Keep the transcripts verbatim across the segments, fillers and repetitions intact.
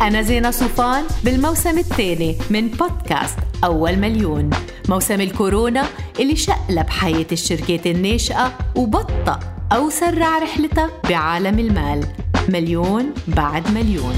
أنا زينة صوفان بالموسم الثاني من بودكاست أول مليون، موسم الكورونا اللي شقلب حياة الشركات الناشئة وبطأ أو سرع رحلتها بعالم المال، مليون بعد مليون.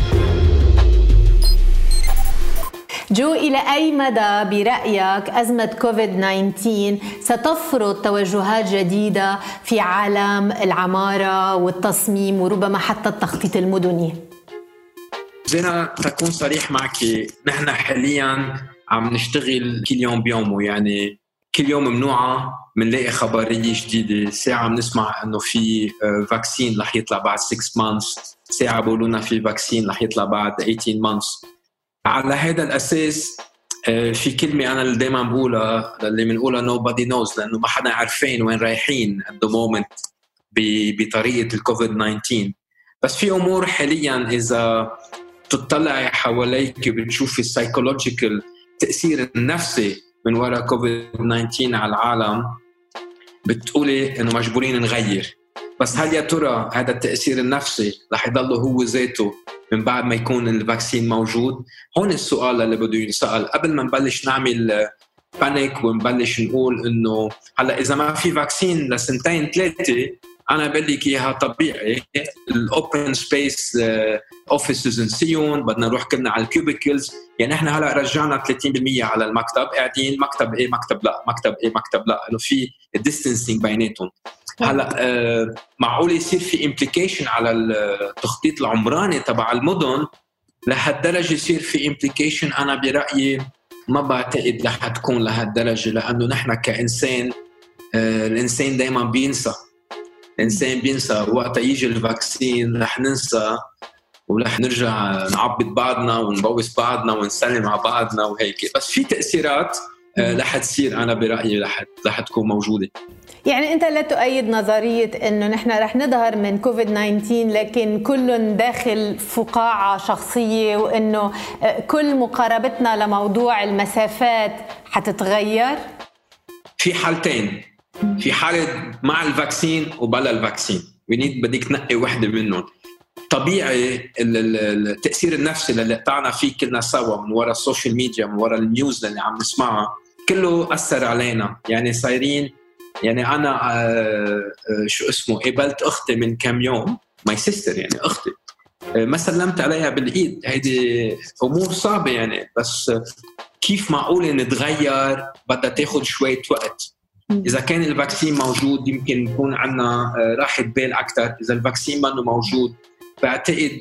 جو، إلى أي مدى برأيك أزمة كوفيد تسعة عشر ستفرض توجهات جديدة في عالم العمارة والتصميم وربما حتى التخطيط المدني؟ زينة، تكون صريح معك، نحن حاليا عم نشتغل كل يوم بيومه، يعني كل يوم ممنوعة منلاقي خبرية جديدة. ساعة بنسمع انه في فاكسين رح يطلع بعد ستة مانثs، ساعة بقولونا في فاكسين رح يطلع بعد ثمانية مانثs. على هذا الأساس في كلمة أنا اللي دايما بقولها، اللي بنقولها nobody knows، لأنه ما حدا عارفين وين رايحين at the moment بطريقة الكوفيد تسعة عشر. بس في أمور حاليا إذا تطلع حواليك بتشوف السايكولوجيكال تأثير النفسي من وراء كوفيد تسعة عشر على العالم، بتقولي إنه مجبورين نغير. بس هل يا ترى هذا التأثير النفسي رح يضل هو ذاته من بعد ما يكون الفاكسين موجود؟ هون السؤال اللي بده ينسأل قبل ما نبلش نعمل بانيك ونبلش نقول إنه هلا إذا ما في فاكسين لسنتين ثلاثة، أنا بقول لك إياها طبيعي. الأوبن سبيس أوفيسز نسيون، بدنا نروح كلنا على الكيوبيكلز. يعني إحنا هلا رجعنا ثلاثين بالمية على المكتب، قاعدين مكتب إيه مكتب لا، مكتب إيه مكتب لا، إنه في ديستانسينج بيناتهم. هلا آه معقول يصير في إمبليكيشن على التخطيط العمراني تبع المدن لهالدرجة؟ يصير في إمبليكيشن؟ أنا برأيي ما بعتقد رح تكون لهالدرجة، لأنه نحن كإنسان آه الإنسان دايما بينسى. الإنسان بينسى وقت يجي الفاكسين، رح ننسى ورح نرجع نعبد بعضنا ونبوس بعضنا ونسلم على بعضنا وهيك. بس في تأثيرات آه رح تصير، أنا برأيي رح رح تكون موجودة. يعني أنت لا تؤيد نظرية إنه نحن رح نظهر من كوفيد تسعة عشر لكن كل داخل فقاعة شخصية، وإنه كل مقاربتنا لموضوع المسافات حتتغير؟ في حالتين، في حالة مع الفاكسين وبلا الفاكسين، ونيد بدك تنقي واحدة منهم. طبيعي التأثير النفسي اللي قطعنا فيه كلنا سوا من وراء السوشيال ميديا، من وراء النيوز اللي عم نسمعها، كله أثر علينا. يعني صايرين، يعني أنا آه شو اسمه قابلت أختي من كم يوم، ماي سيستر يعني أختي، آه ما سلمت عليها بالإيد. هيدي أمور صعبة يعني، بس كيف معقولة نتغير؟ بدها تاخد شوية وقت. إذا كان الفاكسين موجود يمكن يكون عنا راحة بال أكتر. إذا الفاكسين ما موجود بعتقد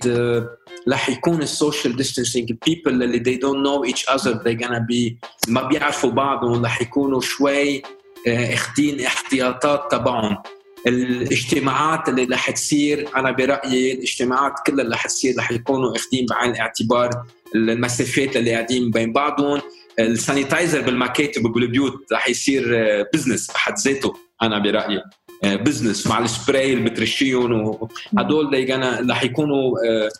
رح يكون السوشيال ديستانسينج، people اللي they don't know each other they gonna be ما بيعرفوا بعضهم، رح يكونوا شوي اخدين احتياطات تبعهم. الاجتماعات اللي رح تصير، أنا برأيي الاجتماعات كلها اللي رح تصير رح يكونوا اخدين بعين الاعتبار المسافات اللي قاعدين بين بعضهم. السانيتايزر بالمكاتب وبالبيوت رح يصير بزنس بحد ذاته، أنا برأيي بزنس مع السبراي اللي بترشيهم، وهدول رح يكونوا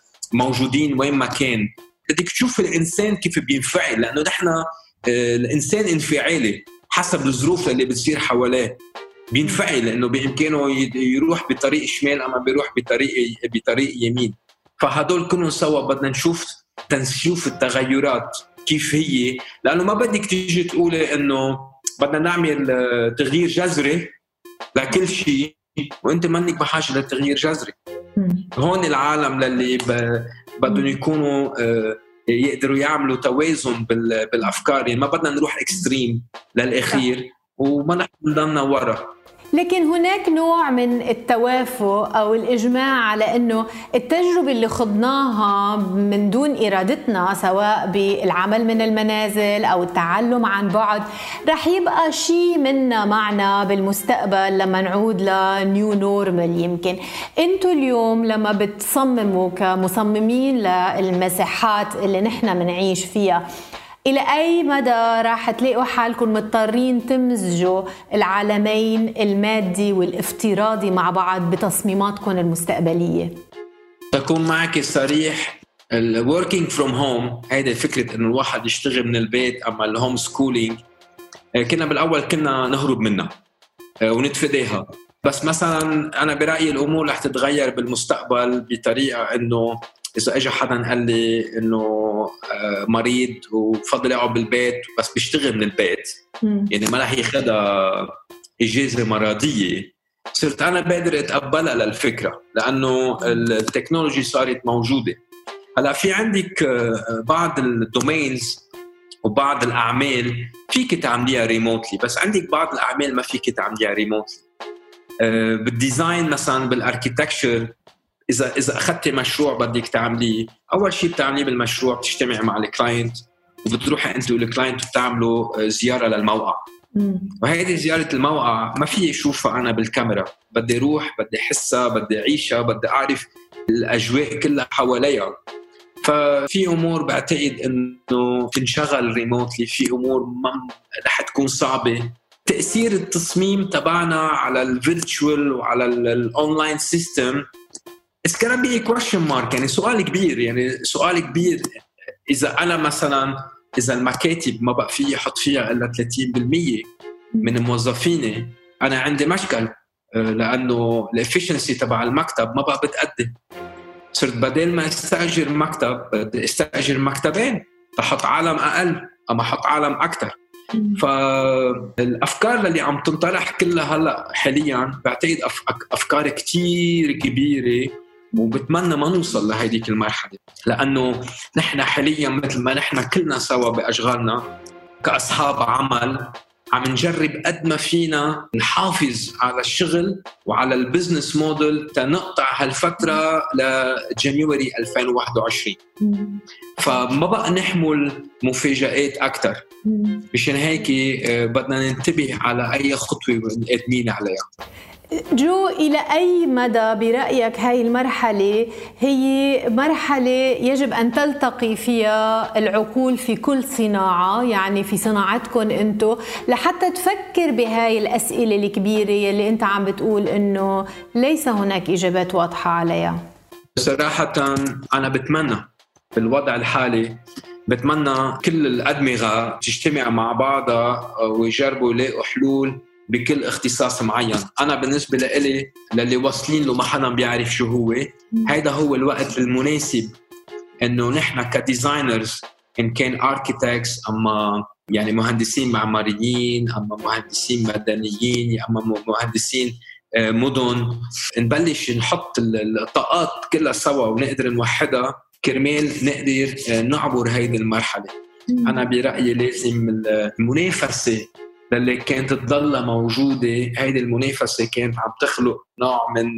موجودين وين ما كان. بدك تشوف الإنسان كيف بينفعل، لأنه نحن الإنسان انفعالي حسب الظروف اللي بتصير حواليه، بينفعل لأنه بإمكانه يروح بطريق شمال أما بيروح بطريق بطريق يمين. فهدول كلهم سوا بدنا نشوف تنشوف التغيرات كيف هي، لأنه ما بدك تيجي تقولي إنه بدنا نعمل تغيير جذري لكل شيء وأنت منك بحاجة لتغيير جذري. هون العالم للي بدهم يكونوا يقدروا يعملوا توازن بالأفكار، يعني ما بدنا نروح إكستريم للأخير وما نحن نضلنا ورا. لكن هناك نوع من التوافق أو الإجماع على أنه التجربة اللي خضناها من دون إرادتنا، سواء بالعمل من المنازل أو التعلم عن بعد، رح يبقى شيء منا معنا بالمستقبل لما نعود لنيو نورمال. يمكن أنتوا اليوم لما بتصمموا كمصممين للمساحات اللي نحن منعيش فيها، إلى أي مدى راح تلاقوا حالكم مضطرين تمزجوا العالمين المادي والافتراضي مع بعض بتصميماتكم المستقبلية؟ تكون معك صريح، ال working from home هيدا فكرة إنه الواحد يشتغل من البيت، أما الهوم سكولينج كنا بالأول كنا نهرب منها ونتفاداها. بس مثلا أنا برأيي الأمور رح تتغير بالمستقبل بطريقة إنه اذا اجى حدا قال لي انه مريض وبفضل يقعد بالبيت بس بيشتغل من البيت يعني ما رح ياخذها اجازه مرضيه، صرت انا بقدر اتقبلها للفكره لانه التكنولوجي صارت موجوده. هلا في عندك بعض الدومينز وبعض الاعمال فيك تعمليها ريموتلي، بس عندك بعض الاعمال ما فيك تعمليها ريموتلي. بالديزاين مثلا بالاركيتكتشر، اذا اذا اخذتي مشروع بدك تعمليه، اول شيء بتعمليه بالمشروع بتجتمع مع الكلاينت وبتروحوا انت والكلاينت وبتعملوا زياره للموقع. وهذه زياره الموقع ما في اشوفها انا بالكاميرا، بدي اروح بدي احسها بدي اعيشها بدي اعرف الاجواء كلها حواليها. ففي امور بعتقد انه تنشغل ريموتلي، في امور ما رح تكون صعبه. تاثير التصميم تبعنا على الفيرتشوال وعلى الاونلاين سيستم It's gonna be a question mark، يعني سؤال كبير، يعني سؤال كبير. إذا أنا مثلاً إذا المكاتب ما بقى فيه يحط فيها إلا ثلاثين بالمية من موظفيني، أنا عندي مشكل، لأنه الإفشنسي تبع المكتب ما بقى بتقدم. صرت بدل ما استأجر مكتب بدي استأجر مكتبين تحط عالم أقل أما حط عالم أكتر. فالأفكار اللي عم تنطرح كلها هلأ حالياً بعتقد أفكار كتير كبيرة، وبتمنى ما نوصل لهيديك المرحلة، لأنه نحن حالياً مثل ما نحن كلنا سوا بأشغالنا كأصحاب عمل عم نجرب قد ما فينا نحافظ على الشغل وعلى البزنس موديل تنقطع هالفترة لجانيوري ألفين وواحد وعشرين. فما بقى نحمل مفاجآت أكتر، مشان هيك بدنا ننتبه على أي خطوة قادمين عليها. جو، إلى أي مدى برأيك هاي المرحلة هي مرحلة يجب أن تلتقي فيها العقول في كل صناعة، يعني في صناعتكم أنتو، لحتى تفكر بهاي الأسئلة الكبيرة اللي أنت عم بتقول إنه ليس هناك إجابات واضحة عليها؟ صراحة أنا بتمنى بالوضع الحالي، بتمنى كل الأدمغة تجتمع مع بعضها ويجربوا يلاقوا حلول بكل اختصاص معين. أنا بالنسبة لإلي للي واصلين له ما حدا بيعرف شو هو، هيدا هو الوقت المناسب إنه نحن كديزاينرز إن كان أركيتكتس أما يعني مهندسين معماريين أما مهندسين مدنيين أما مهندسين مدن، نبلش نحط الطاقات كلها سوا ونقدر نوحدها كرمال نقدر نعبر هيدي المرحلة. أنا برأيي لازم المنافسة اللي كانت تضل موجودة، هيدي المنافسة كانت عم تخلق نوع من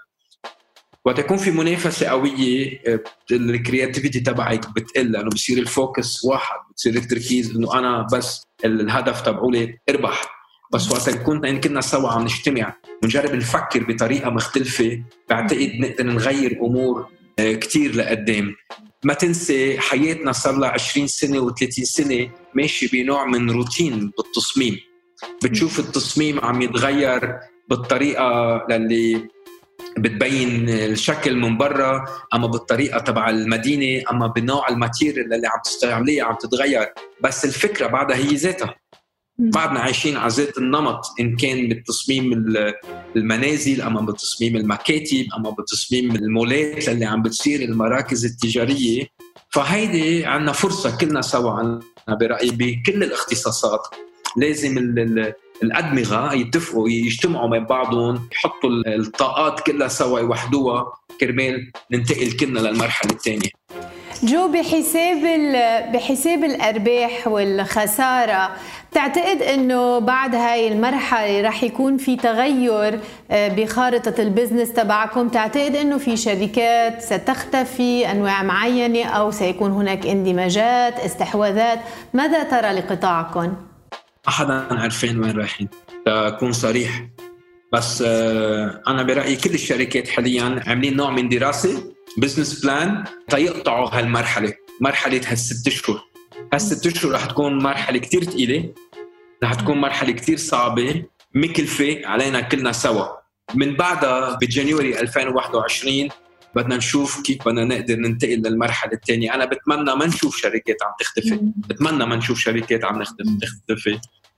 وتكون في منافسة قوية، الكرياتيفيتي تبعك بتقل لأنه بصير الفوكس واحد، بتصير التركيز إنه أنا بس الهدف تبعولي اربح. بس وقت كنا إن كنا سوا عم نجتمع ونجرب نفكر بطريقة مختلفة، بعتقد نقدر نغير أمور كتير لقدام. ما تنسي حياتنا صار لها عشرين سنة وثلاثين سنة ماشي بنوع من روتين بالتصميم، بتشوف التصميم عم يتغير بالطريقة اللي بتبين الشكل من برا، أما بالطريقة تبع المدينة، أما بنوع الماتيريال اللي عم تستعمليه عم تتغير، بس الفكرة بعدها هي ذاتها. بعدنا عايشين على ذات النمط، إن كان بالتصميم المنازل أما بالتصميم المكاتب أما بالتصميم المولات اللي عم بتصير المراكز التجارية. فهيدي عنا فرصة كلنا سوا، أنا برأيي بكل الاختصاصات لازم الأدمغة يتفقوا يجتمعوا من بعضهم، يحطوا الطاقات كلها سوا يوحدوها كرمال ننتقل كلنا للمرحلة الثانية. جو، بحساب بحساب الأرباح والخسارة، تعتقد أنه بعد هاي المرحلة رح يكون في تغير بخارطة البزنس تبعكم؟ تعتقد أنه في شركات ستختفي أنواع معينة أو سيكون هناك اندماجات استحواذات؟ ماذا ترى لقطاعكم؟ أحدا عارفين وين رايحين تكون صريح، بس أنا برأيي كل الشركات حاليا عاملين نوع من دراسة بزنس بلان تيقطعوا هالمرحلة، مرحلة هالست أشهر. هالست أشهر رح تكون مرحلة كتير تقيلة، رح تكون مرحلة كتير صعبة مكلفة علينا كلنا سوا. من بعدها بجانيوري ألفين وواحد وعشرين بدنا نشوف كيف بدنا نقدر ننتقل للمرحلة الثانية. أنا بتمنى ما نشوف شركات عم تختفي، بتمنى ما نشوف شركات عم تختفي،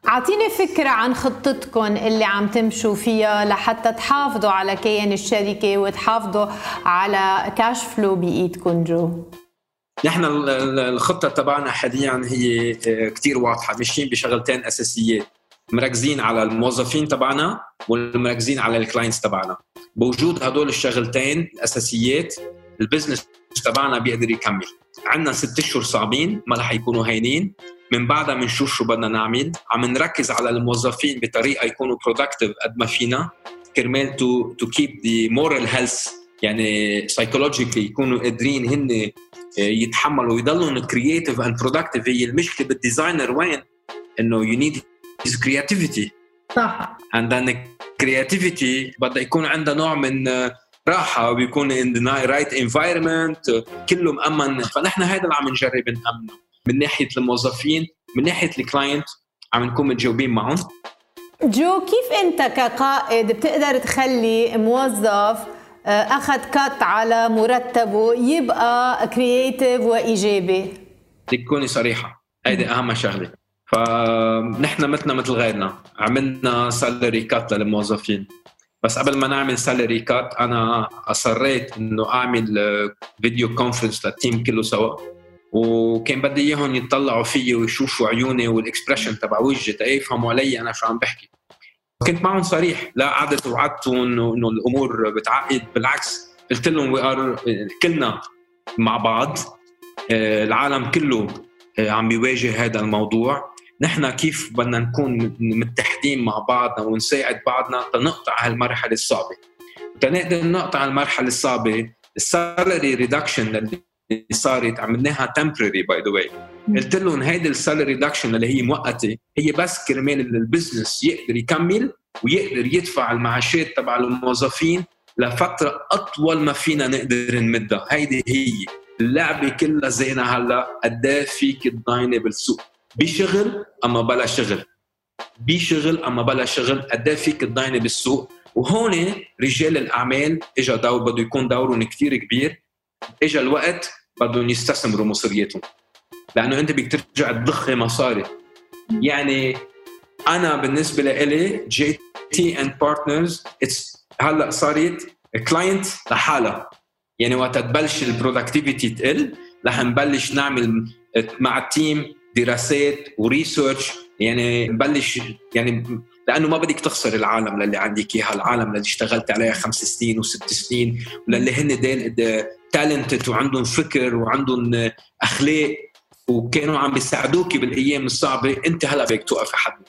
أعطيني فكرة عن خطتكم اللي عم تمشوا فيها لحتى تحافظوا على كيان الشركة وتحافظوا على كاش فلو بإيدكم جو. نحن الخطة تبعنا حاليا هي كتير واضحة، ماشيين بشغلتين أساسيات، مركزين على الموظفين تبعنا والمركزين على الكلاينتس تبعنا. بوجود هدول الشغلتين الأساسيات البزنس تبعنا بيقدر يكمل. عندنا ست اشهر صعبين ما رح يكونوا هينين، من بعدها بنشوف شو بدنا نعمل. عم نركز على الموظفين بطريقه يكونوا productive قد ما فينا كرمال to to keep the moral health، يعني psychologically يكونوا قادرين هن يتحملوا ويضلوا creative and productive. هي المشكله بالديزاينر وين؟ انه you need his creativity. صح. and then creativity بدها يكون عندها نوع من راحة وبيكون in the right environment، كله مأمن. فنحن هذا اللي عم نجرب نأمنه من ناحية الموظفين، من ناحية الكلاينت عم نكون متجاوبين معهم. جو، كيف أنت كقائد بتقدر تخلي موظف أخذ كات على مرتبه يبقى كرياتيف وإيجابي؟ تكوني صريحة، هيدي أهم شغلة. فنحن مثلنا مثل غيرنا عملنا سالري كات للموظفين، بس قبل ما نعمل سالري كات أنا أصريت إنه أعمل فيديو كونفرنس للتيم كله سوا، وكان بدي إياهم يطلعوا فيي ويشوفوا عيوني والإكسبريشن تبع وجهي تيفهموا علي أنا شو عم بحكي. كنت معهم صريح، لا قعدت وعدتهم إنه الأمور بتعقد، بالعكس قلت لهم وي كلنا مع بعض، العالم كله عم بيواجه هذا الموضوع، نحن كيف بدنا نكون متحدين مع بعضنا ونساعد بعضنا تنقطع هالمرحلة الصعبة. تنقدر نقطع المرحلة الصعبة. السالري ريدكشن اللي صارت عملناها temporary by the way. قلت لهم هيدي السالري ريدكشن اللي هي مؤقتة هي بس كرمال البزنس يقدر يكمل ويقدر يدفع المعاشات تبع الموظفين لفترة أطول ما فينا نقدر نمدها. هيدي هي اللعبة كلها زينا هلا، قد فيك تضايني بالسوق بشغل أما بلا شغل، بشغل أما بلا شغل، قد فيك تضايني بالسوق. وهون رجال الأعمال إجا دور بده يكون دورهم كتير كبير، إجا الوقت بدهم يستثمروا مصرياتهم، لأنه أنت بدك ترجع تضخي مصاري. يعني أنا بالنسبة لإلي جي تي and partners هلأ صارت كلاينت لحالة. يعني وقت تبلش البرودكتيفيتي تقل رح نبلش نعمل مع التيم دراسات وريسيرش، يعني نبلش يعني لأنه ما بدك تخسر العالم اللي عندك إياها، العالم اللي اشتغلت عليها خمس سنين وست سنين وللي هن ديل تالنتد وعندهم فكر وعندهم أخلاق وكانوا عم بيساعدوكي بالأيام الصعبة، أنت هلأ بدك توقف حد.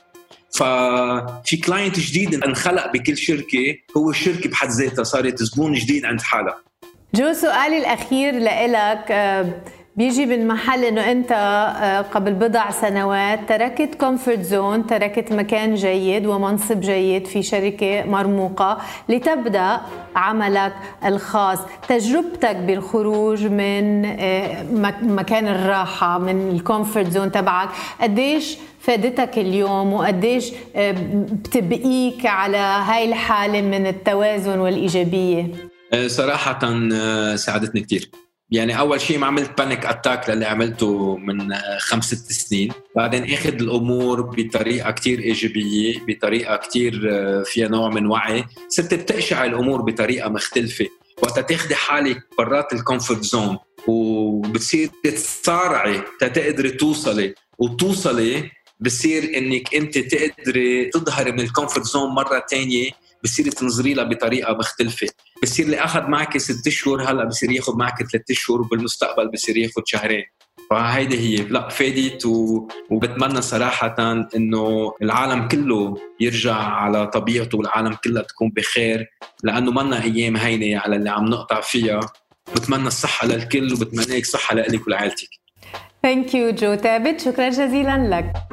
ففي كلاينت جديد انخلق بكل شركة، هو الشركة بحد ذاتها صارت زبون جديد عند حالها. جو، سؤالي الأخير لإلك بيجي من محل إنه أنت قبل بضع سنوات تركت كومفورت زون، تركت مكان جيد ومنصب جيد في شركة مرموقة لتبدأ عملك الخاص. تجربتك بالخروج من مكان الراحة من الكومفورت زون تبعك قديش فادتك اليوم وقديش بتبقيك على هاي الحالة من التوازن والإيجابية؟ صراحة ساعدتني كتير. يعني أول شيء ما عملت بانيك أتاك للي عملته من خمس ست سنين، بعدين أخذ الأمور بطريقة كتير إيجابية، بطريقة كتير فيها نوع من وعي، صرت بتقشع الأمور بطريقة مختلفة. وقت تاخدي حالك برات الكومفورت زون وبتصير تصارعي تقدري توصلي وتوصلي، بصير إنك أنت تقدري تظهري من الكومفورت زون مرة تانية، بصير تنظري لها بطريقة مختلفة. بصير اللي أخذ معك ست شهور هلأ بصير ياخد معك ثلاث شهور وبالمستقبل بصير ياخد شهرين. فهيدي هي لا فادت و... وبتمنى صراحة إنه العالم كله يرجع على طبيعته والعالم كلها تكون بخير، لأنه منا أيام هينة على اللي عم نقطع فيها. بتمنى الصحة للكل وبتمنى لك صحة لك ولعائلتك. Thank you جو تابت، شكرا جزيلا لك.